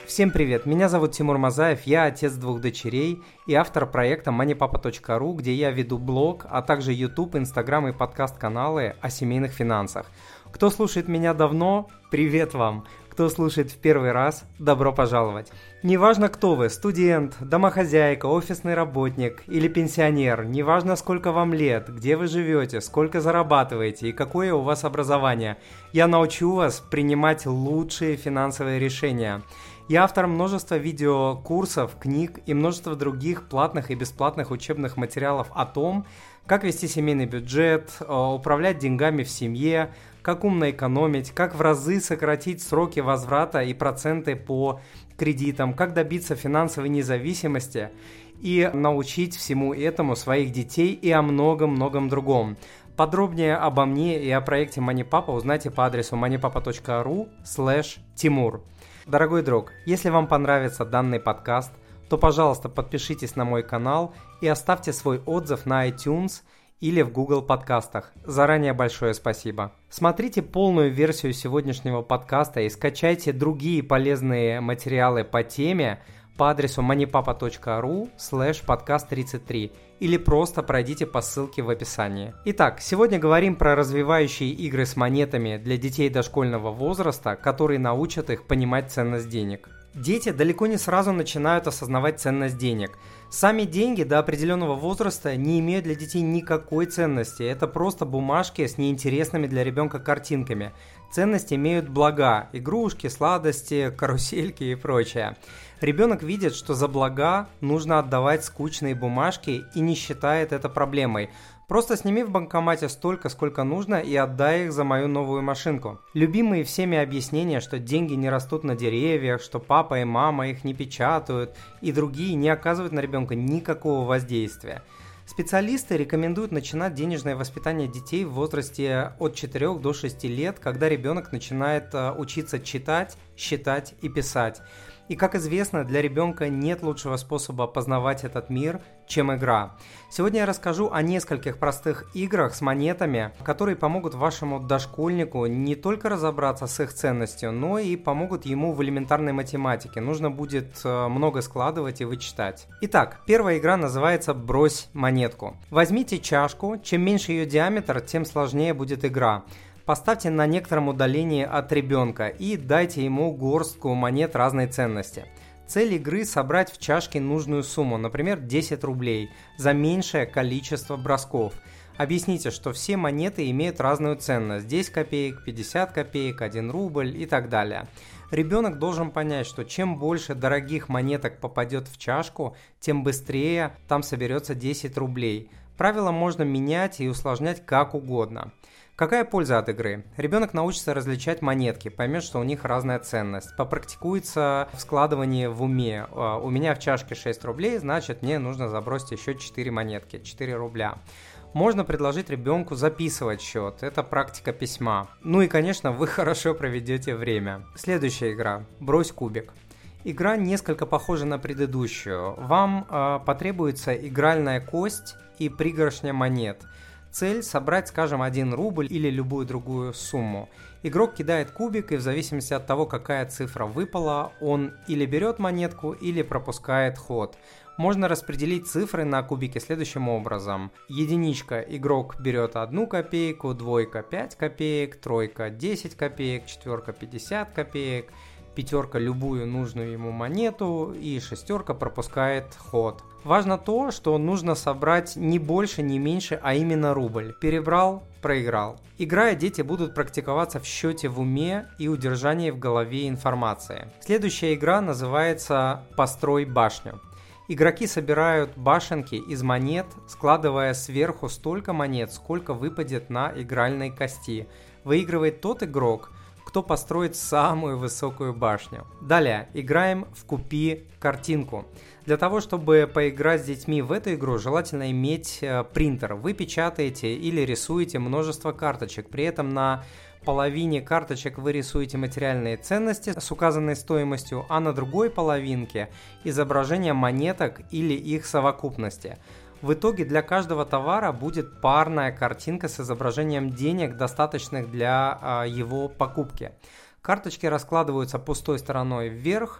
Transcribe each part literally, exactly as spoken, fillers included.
Всем привет, меня зовут Тимур Мазаев, я отец двух дочерей и автор проекта манипапа точка ру, где я веду блог, а также YouTube, Instagram и подкаст-каналы о семейных финансах. Кто слушает меня давно, привет вам! Кто слушает в первый раз, добро пожаловать! Неважно, кто вы, студент, домохозяйка, офисный работник или пенсионер, неважно, сколько вам лет, где вы живете, сколько зарабатываете и какое у вас образование, я научу вас принимать лучшие финансовые решения. Я автор множества видеокурсов, книг и множества других платных и бесплатных учебных материалов о том, как вести семейный бюджет, управлять деньгами в семье, как умно экономить, как в разы сократить сроки возврата и проценты по кредитам, как добиться финансовой независимости и научить всему этому своих детей и о многом-многом другом. Подробнее обо мне и о проекте манипапа узнайте по адресу манипапа точка ру слэш тимур. Дорогой друг, если вам понравится данный подкаст, то, пожалуйста, подпишитесь на мой канал и оставьте свой отзыв на iTunes или в Google подкастах. Заранее большое спасибо. Смотрите полную версию сегодняшнего подкаста и скачайте другие полезные материалы по теме по адресу манипапа точка ру слэш подкаст тридцать три или просто пройдите по ссылке в описании. Итак, сегодня говорим про развивающие игры с монетами для детей дошкольного возраста, которые научат их понимать ценность денег. Дети далеко не сразу начинают осознавать ценность денег. Сами деньги до определенного возраста не имеют для детей никакой ценности. Это просто бумажки с неинтересными для ребенка картинками. Ценность имеют блага, игрушки, сладости, карусельки и прочее. Ребенок видит, что за блага нужно отдавать скучные бумажки и не считает это проблемой. Просто сними в банкомате столько, сколько нужно, и отдай их за мою новую машинку. Любимые всеми объяснения, что деньги не растут на деревьях, что папа и мама их не печатают, и другие не оказывают на ребенка никакого воздействия. Специалисты рекомендуют начинать денежное воспитание детей в возрасте от четырёх до шести лет, когда ребенок начинает учиться читать, считать и писать. И, как известно, для ребенка нет лучшего способа познавать этот мир, чем игра. Сегодня я расскажу о нескольких простых играх с монетами, которые помогут вашему дошкольнику не только разобраться с их ценностью, но и помогут ему в элементарной математике. Нужно будет много складывать и вычитать. Итак, первая игра называется «Брось монетку». Возьмите чашку, чем меньше ее диаметр, тем сложнее будет игра. Поставьте на некотором удалении от ребенка и дайте ему горстку монет разной ценности. Цель игры – собрать в чашке нужную сумму, например, десять рублей, за меньшее количество бросков. Объясните, что все монеты имеют разную ценность – десять копеек, пятьдесят копеек, один рубль и так далее. Ребенок должен понять, что чем больше дорогих монеток попадет в чашку, тем быстрее там соберется десять рублей. Правила можно менять и усложнять как угодно. Какая польза от игры? Ребенок научится различать монетки, поймет, что у них разная ценность, попрактикуется в складывании в уме. У меня в чашке шесть рублей, значит мне нужно забросить еще четыре монетки, четыре рубля. Можно предложить ребенку записывать счет, это практика письма. Ну и, конечно, вы хорошо проведете время. Следующая игра «Брось кубик». Игра несколько похожа на предыдущую. Вам э, потребуется игральная кость и пригоршня монет. Цель – собрать, скажем, один рубль или любую другую сумму. Игрок кидает кубик, и в зависимости от того, какая цифра выпала, он или берет монетку, или пропускает ход. Можно распределить цифры на кубике следующим образом. Единичка – игрок берет одну копейку, двойка – пять копеек, тройка – десять копеек, четверка – пятьдесят копеек, пятерка – любую нужную ему монету, и шестерка пропускает ход. Важно то, что нужно собрать не больше, не меньше, а именно рубль. Перебрал – проиграл. Играя, дети будут практиковаться в счете в уме и удержании в голове информации. Следующая игра называется «Построй башню». Игроки собирают башенки из монет, складывая сверху столько монет, сколько выпадет на игральной кости. Выигрывает тот игрок, кто построит самую высокую башню. Далее играем в «Купи картинку». Для того, чтобы поиграть с детьми в эту игру, желательно иметь принтер. Вы печатаете или рисуете множество карточек. При этом на половине карточек вы рисуете материальные ценности с указанной стоимостью, а на другой половинке изображение монеток или их совокупности. В итоге для каждого товара будет парная картинка с изображением денег, достаточных для а, его покупки. Карточки раскладываются пустой стороной вверх,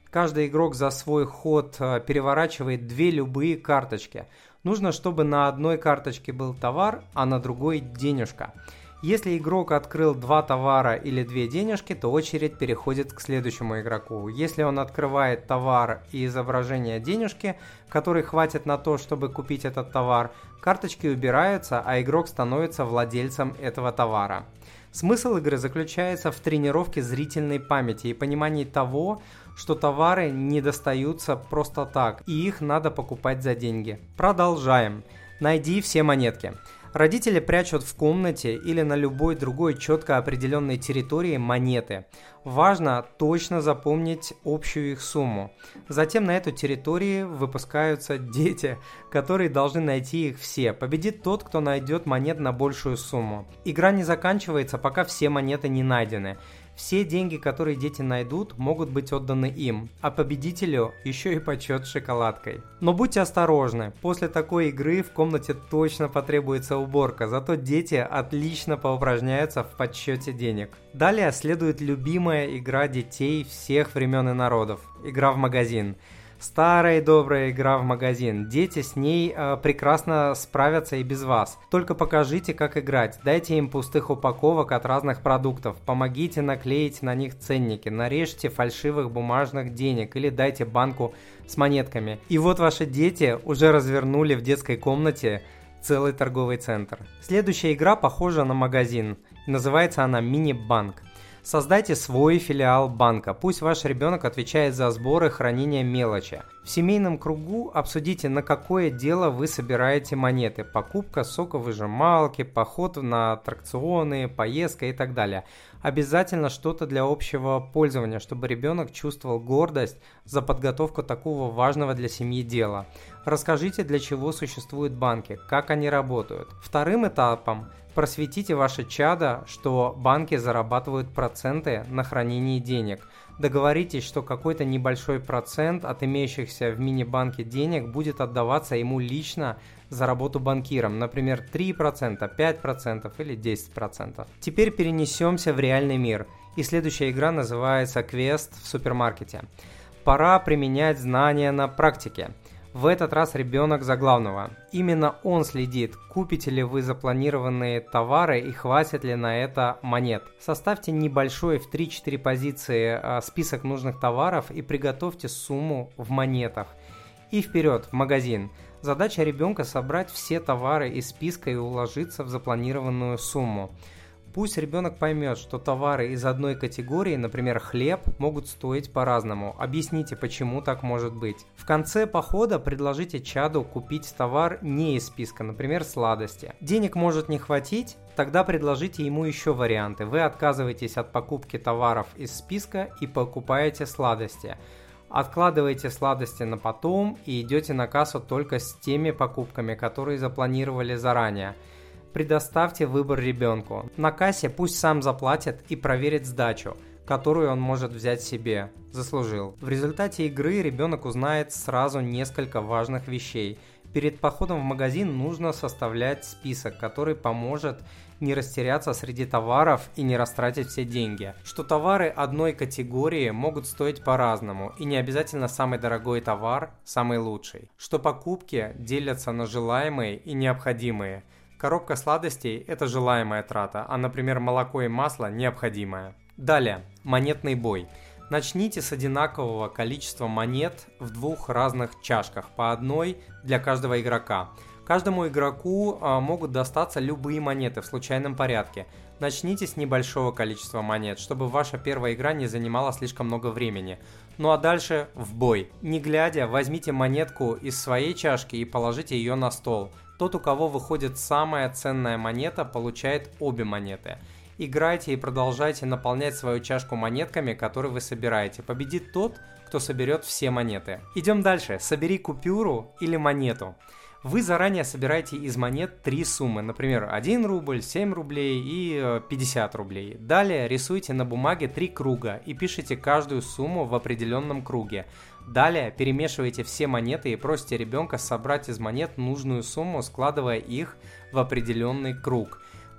Каждый игрок за свой ход переворачивает две любые карточки. Нужно, чтобы на одной карточке был товар, а на другой денежка. Если игрок открыл два товара или две денежки, то очередь переходит к следующему игроку. Если он открывает товар и изображение денежки, который хватит на то, чтобы купить этот товар, карточки убираются, а игрок становится владельцем этого товара. Смысл игры заключается в тренировке зрительной памяти и понимании того, что товары не достаются просто так, и их надо покупать за деньги. Продолжаем. Найди все монетки. Родители прячут в комнате или на любой другой четко определенной территории монеты. Важно точно запомнить общую их сумму. Затем на эту территорию выпускаются дети, которые должны найти их все. Победит тот, кто найдет монет на большую сумму. Игра не заканчивается, пока все монеты не найдены. Все деньги, которые дети найдут, могут быть отданы им, а победителю еще и почет с шоколадкой. Но будьте осторожны, после такой игры в комнате точно потребуется уборка, зато дети отлично поупражняются в подсчете денег. Далее следует любимая игра детей всех времен и народов – игра в магазин. Старая и добрая игра в магазин. Дети с ней э, прекрасно справятся и без вас. Только покажите, как играть. Дайте им пустых упаковок от разных продуктов. Помогите наклеить на них ценники. Нарежьте фальшивых бумажных денег или дайте банку с монетками. И вот ваши дети уже развернули в детской комнате целый торговый центр. Следующая игра похожа на магазин. Называется она «Мини-банк». Создайте свой филиал банка. Пусть ваш ребенок отвечает за сбор и хранение мелочи. В семейном кругу обсудите, на какое дело вы собираете монеты. Покупка соковыжималки, поход на аттракционы, поездка и так далее. Обязательно что-то для общего пользования, чтобы ребенок чувствовал гордость за подготовку такого важного для семьи дела. Расскажите, для чего существуют банки, как они работают. Вторым этапом просветите ваше чадо, что банки зарабатывают проценты на хранении денег. Договоритесь, что какой-то небольшой процент от имеющихся в мини-банке денег будет отдаваться ему лично за работу банкиром, например, три процента, пять процентов или десять процентов. Теперь перенесемся в реальный мир, и следующая игра называется «Квест в супермаркете». Пора применять знания на практике. В этот раз ребенок за главного. Именно он следит, купите ли вы запланированные товары и хватит ли на это монет. Составьте небольшой в три-четыре позиции список нужных товаров и приготовьте сумму в монетах. И вперед, в магазин. Задача ребенка собрать все товары из списка и уложиться в запланированную сумму. Пусть ребенок поймет, что товары из одной категории, например, хлеб, могут стоить по-разному. Объясните, почему так может быть. В конце похода предложите чаду купить товар не из списка, например, сладости. Денег может не хватить, тогда предложите ему еще варианты. Вы отказываетесь от покупки товаров из списка и покупаете сладости. Откладываете сладости на потом и идете на кассу только с теми покупками, которые запланировали заранее. Предоставьте выбор ребенку. На кассе пусть сам заплатит и проверит сдачу, которую он может взять себе. Заслужил. В результате игры ребенок узнает сразу несколько важных вещей. Перед походом в магазин нужно составлять список, который поможет не растеряться среди товаров и не растратить все деньги. Что товары одной категории могут стоить по-разному, и не обязательно самый дорогой товар – самый лучший. Что покупки делятся на желаемые и необходимые. Коробка сладостей – это желаемая трата, а, например, молоко и масло – необходимое. Далее, монетный бой. Начните с одинакового количества монет в двух разных чашках, по одной для каждого игрока. Каждому игроку а, могут достаться любые монеты в случайном порядке. Начните с небольшого количества монет, чтобы ваша первая игра не занимала слишком много времени. Ну а дальше в бой. Не глядя, возьмите монетку из своей чашки и положите ее на стол. Тот, у кого выходит самая ценная монета, получает обе монеты. Играйте и продолжайте наполнять свою чашку монетками, которые вы собираете. Победит тот, кто соберет все монеты. Идем дальше. Собери купюру или монету. Вы заранее собираете из монет три суммы, например, один рубль, семь рублей и пятьдесят рублей. Далее рисуйте на бумаге три круга и пишите каждую сумму в определенном круге. Далее перемешивайте все монеты и просите ребенка собрать из монет нужную сумму, складывая их в определенный круг.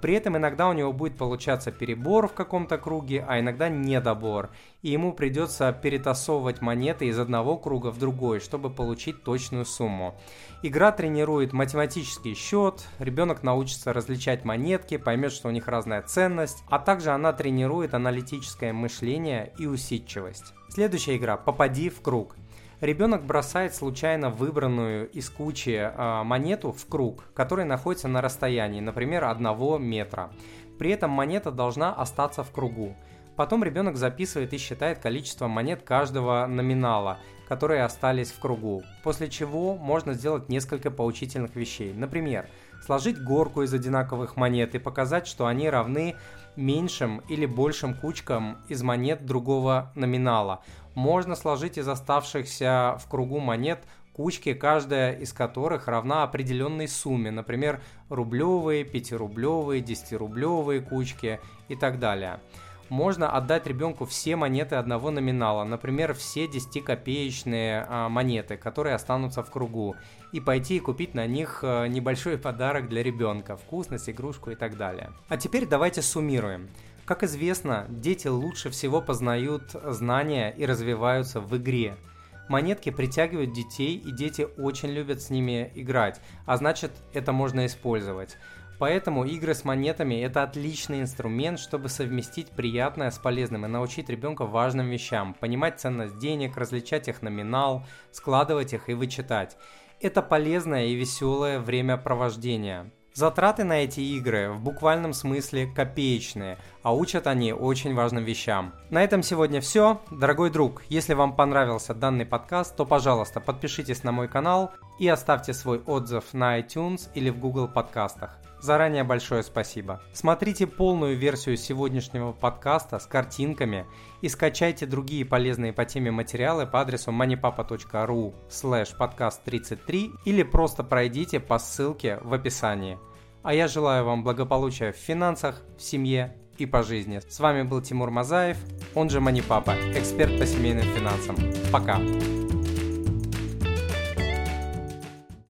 При этом иногда у него будет получаться перебор в каком-то круге, а иногда недобор. И ему придется перетасовывать монеты из одного круга в другой, чтобы получить точную сумму. Игра тренирует математический счет, ребенок научится различать монетки, поймет, что у них разная ценность, а также она тренирует аналитическое мышление и усидчивость. Следующая игра «Попади в круг». Ребенок бросает случайно выбранную из кучи э, монету в круг, который находится на расстоянии, например, одного метра. При этом монета должна остаться в кругу. Потом ребенок записывает и считает количество монет каждого номинала, которые остались в кругу, после чего можно сделать несколько поучительных вещей. Например, сложить горку из одинаковых монет и показать, что они равны меньшим или большим кучкам из монет другого номинала. Можно сложить из оставшихся в кругу монет кучки, каждая из которых равна определенной сумме, например, рублевые, пятирублевые, десятирублевые кучки и так далее. Можно отдать ребенку все монеты одного номинала, например, все десятикопеечные а, монеты, которые останутся в кругу, и пойти и купить на них а, небольшой подарок для ребенка, вкусность, игрушку и так далее. А теперь давайте суммируем. Как известно, дети лучше всего познают знания и развиваются в игре. Монетки притягивают детей, и дети очень любят с ними играть, а значит, это можно использовать. Поэтому игры с монетами – это отличный инструмент, чтобы совместить приятное с полезным и научить ребенка важным вещам, понимать ценность денег, различать их номинал, складывать их и вычитать. Это полезное и веселое времяпровождение. Затраты на эти игры в буквальном смысле копеечные, а учат они очень важным вещам. На этом сегодня все. Дорогой друг, если вам понравился данный подкаст, то, пожалуйста, подпишитесь на мой канал и оставьте свой отзыв на iTunes или в Google подкастах. Заранее большое спасибо. Смотрите полную версию сегодняшнего подкаста с картинками и скачайте другие полезные по теме материалы по адресу moneypapa точка ру слэш подкаст тридцать три или просто пройдите по ссылке в описании. А я желаю вам благополучия в финансах, в семье и по жизни. С вами был Тимур Мазаев, он же MoneyPapa, эксперт по семейным финансам. Пока!